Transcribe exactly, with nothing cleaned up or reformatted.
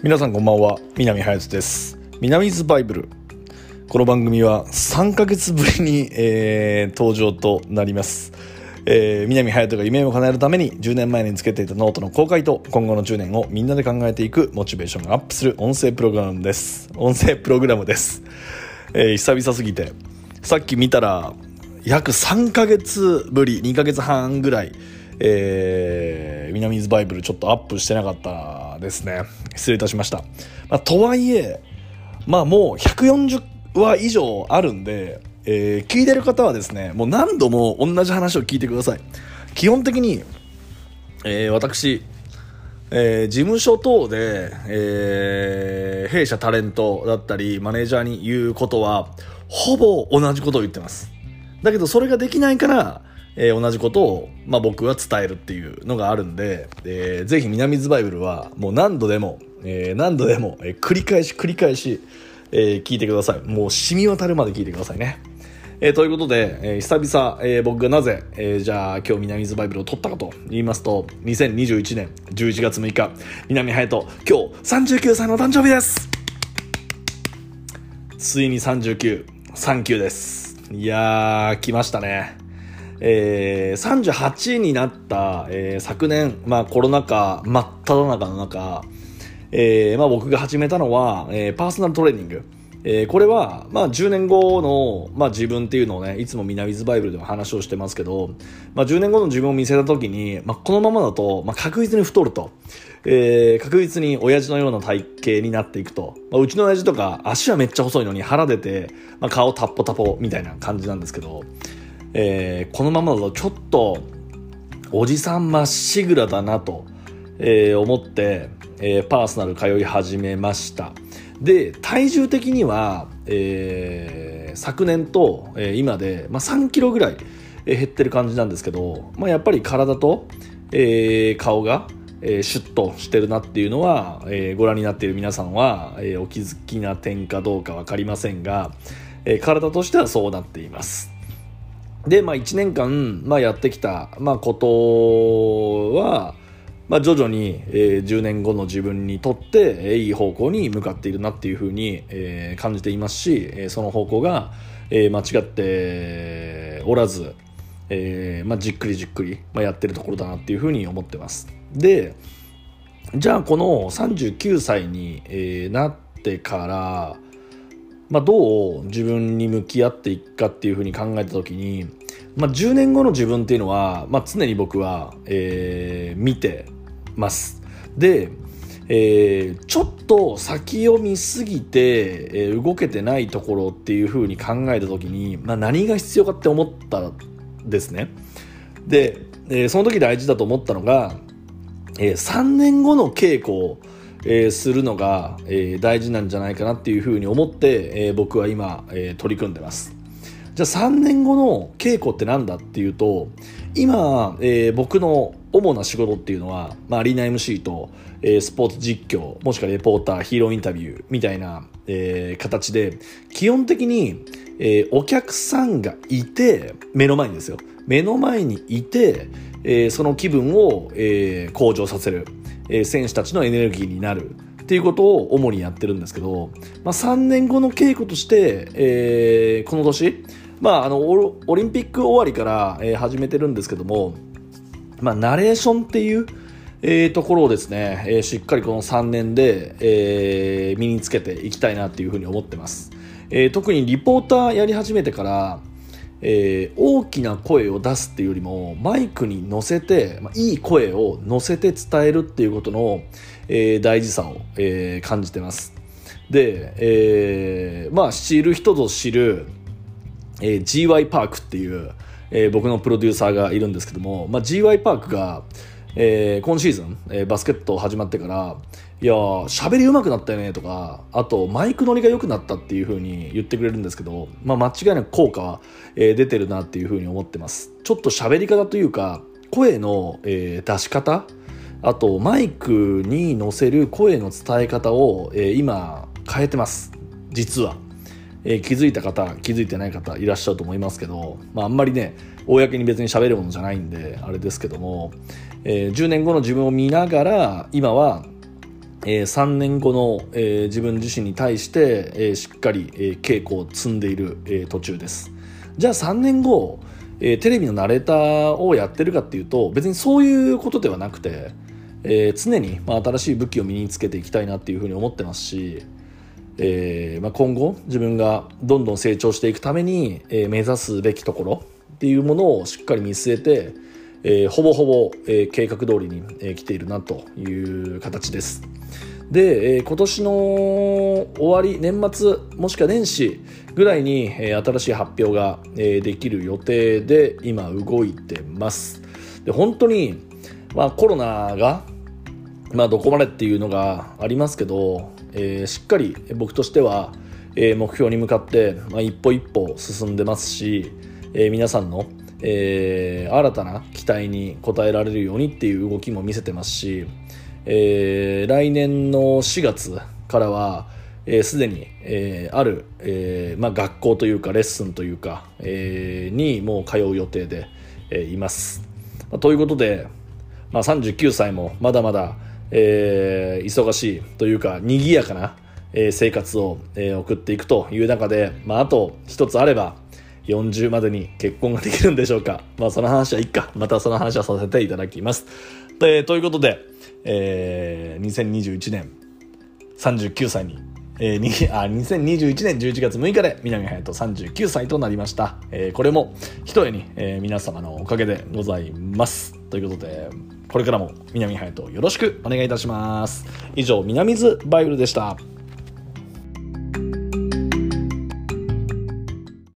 皆さんこんばんは、南隼人です。南ズバイブル。この番組はさんかげつぶりに、えー、登場となります。えー、南隼人が夢を叶えるためにじゅうねんまえにつけていたノートの公開と今後のじゅうねんをみんなで考えていくモチベーションがアップする音声プログラムです。音声プログラムです。えー、久々すぎてさっき見たら約さんかげつぶり、にかげつはんぐらい、えー、南ズバイブルちょっとアップしてなかったですね。失礼いたしました。まあ、とはいえ、まあもうひゃくよんじゅうわ以上あるんで、えー、聞いてる方はですね、もう何度も同じ話を聞いてください。基本的に、えー、私、えー、事務所等で、えー、弊社タレントだったりマネージャーに言うことはほぼ同じことを言ってます。だけどそれができないからえー、同じことを、まあ、僕は伝えるっていうのがあるんで、えー、ぜひ南ズバイブルはもう何度でも、えー、何度でも、えー、繰り返し繰り返し、えー、聞いてください。もう染み渡るまで聞いてくださいね。えー、ということで、えー、久々、えー、僕がなぜ、えー、じゃあ今日南ズバイブルを撮ったかと言いますと、にせんにじゅういちねんじゅういちがつむいか、南隼人今日さんじゅうきゅうさいの誕生日です。ついにさんじゅうきゅう、サンキューです。いやー来ましたね。えー、さんじゅうはちになった、えー、昨年、まあ、コロナ禍真っ只中の中、えーまあ、僕が始めたのは、えー、パーソナルトレーニング、えー、これは、まあ、じゅうねんごの、まあ、自分っていうのをねいつも南ズバイブルでも話をしてますけど、まあ、じゅうねんごの自分を見せた時に、まあ、このままだと、まあ、確実に太ると、えー、確実に親父のような体型になっていくと、まあ、うちの親父とか足はめっちゃ細いのに腹出て、まあ、顔タッポタポみたいな感じなんですけど、えー、このままだとちょっとおじさんまっしぐらだなと、えー、思って、えー、パーソナル通い始めました。で体重的には、えー、昨年と、えー、今で、まあ、さんキロぐらい、えー、減ってる感じなんですけど、まあ、やっぱり体と、えー、顔が、えー、シュッとしてるなっていうのは、えー、ご覧になっている皆さんは、えー、お気づきな点かどうか分かりませんが、えー、体としてはそうなっています。で、まあ、いちねんかん、まあ、やってきた、まあ、ことは、まあ、徐々に、えー、じゅうねんごの自分にとって、えー、いい方向に向かっているなっていうふうに、えー、感じていますし、えー、その方向が、えー、間違っておらず、えーまあ、じっくりじっくり、まあ、やってるところだなっていうふうに思ってます。で、じゃあこのさんじゅうきゅうさいに、えー、なってから、まあ、どう自分に向き合っていくかっていうふうに考えた時に、まあ、じゅうねんごの自分っていうのは、まあ、常に僕は、えー、見てます。で、えー、ちょっと先を見すぎて、えー、動けてないところっていうふうに考えた時に、まあ、何が必要かって思ったんですね。で、えー、その時大事だと思ったのが、えー、さんねんごの稽古をえー、するのが、えー、大事なんじゃないかなっていうふうに思って、えー、僕は今、えー、取り組んでます。じゃあさんねんごの稽古ってなんだっていうと、今、えー、僕の主な仕事っていうのは、まあ、アリーナ エムシー と、えー、スポーツ実況もしくはレポーター、ヒーローインタビューみたいな、えー、形で基本的に、えー、お客さんがいて目の前にですよ目の前にいて、えー、その気分を、えー、向上させる、えー、選手たちのエネルギーになるっていうことを主にやってるんですけど、まあ、さんねんごの稽古として、えー、この年、まあ、あの オ, オリンピック終わりから、えー、始めてるんですけども、まあ、ナレーションっていう、えー、ところをですね、えー、しっかりこのさんねんで、えー、身につけていきたいなっていうふうに思ってます。えー、特にリポーターやり始めてから、えー、大きな声を出すっていうよりもマイクに乗せて、まあ、いい声を乗せて伝えるっていうことの、えー、大事さを、えー、感じてます。で、えー、まあ知る人ぞ知る、えー、ジーワイ パークっていう、えー、僕のプロデューサーがいるんですけども、まあ、ジーワイ パークが、えー、今シーズン、えー、バスケット始まってからいやー喋り上手くなったよねとか、あとマイク乗りが良くなったっていう風に言ってくれるんですけど、まあ、間違いなく効果は、えー、出てるなっていう風に思ってます。ちょっと喋り方というか声の、えー、出し方、あとマイクに乗せる声の伝え方を、えー、今変えてます実は。えー、気づいた方気づいてない方いらっしゃると思いますけど、まあ、あんまりね公に別に喋るものじゃないんであれですけども、えー、じゅうねんごの自分を見ながら今はえー、さんねんごの、えー、自分自身に対して、えー、しっかり、えー、稽古を積んでいる、えー、途中です。じゃあさんねんご、えー、テレビのナレーターをやってるかっていうと、別にそういうことではなくて、えー、常に、まあ、新しい武器を身につけていきたいなっていうふうに思ってますし、えーまあ、今後自分がどんどん成長していくために、えー、目指すべきところっていうものをしっかり見据えて、えー、ほぼほぼ、えー、計画通りに、えー、来ているなという形です。で、えー、今年の終わり、年末もしくは年始ぐらいに、えー、新しい発表が、えー、できる予定で今動いてます。で、本当に、まあ、コロナが、まあ、どこまでっていうのがありますけど、えー、しっかり僕としては、えー、目標に向かって、まあ、一歩一歩進んでますし、えー、皆さんの、えー、新たな期待に応えられるようにっていう動きも見せてますし、えー、来年のしがつからはすで、えー、に、えー、ある、えーまあ、学校というかレッスンというか、えー、にもう通う予定で、えー、います。まあ、ということで、まあ、さんじゅうきゅうさいもまだまだ、えー、忙しいというか賑やかな、えー、生活を、えー、送っていくという中で、まあ、あと一つあればよんじゅうまでに結婚ができるんでしょうか。まあその話はいいか。またその話はさせていただきます。でということで、えー、にせんにじゅういちねんさんじゅうきゅうさいに、えー、にあにせんにじゅういちねんじゅういちがつむいかで南隼人さんじゅうきゅうさいとなりました。えー、これもひとえに、えー、皆様のおかげでございます。ということでこれからも南隼人よろしくお願いいたします。以上、南津バイブルでした。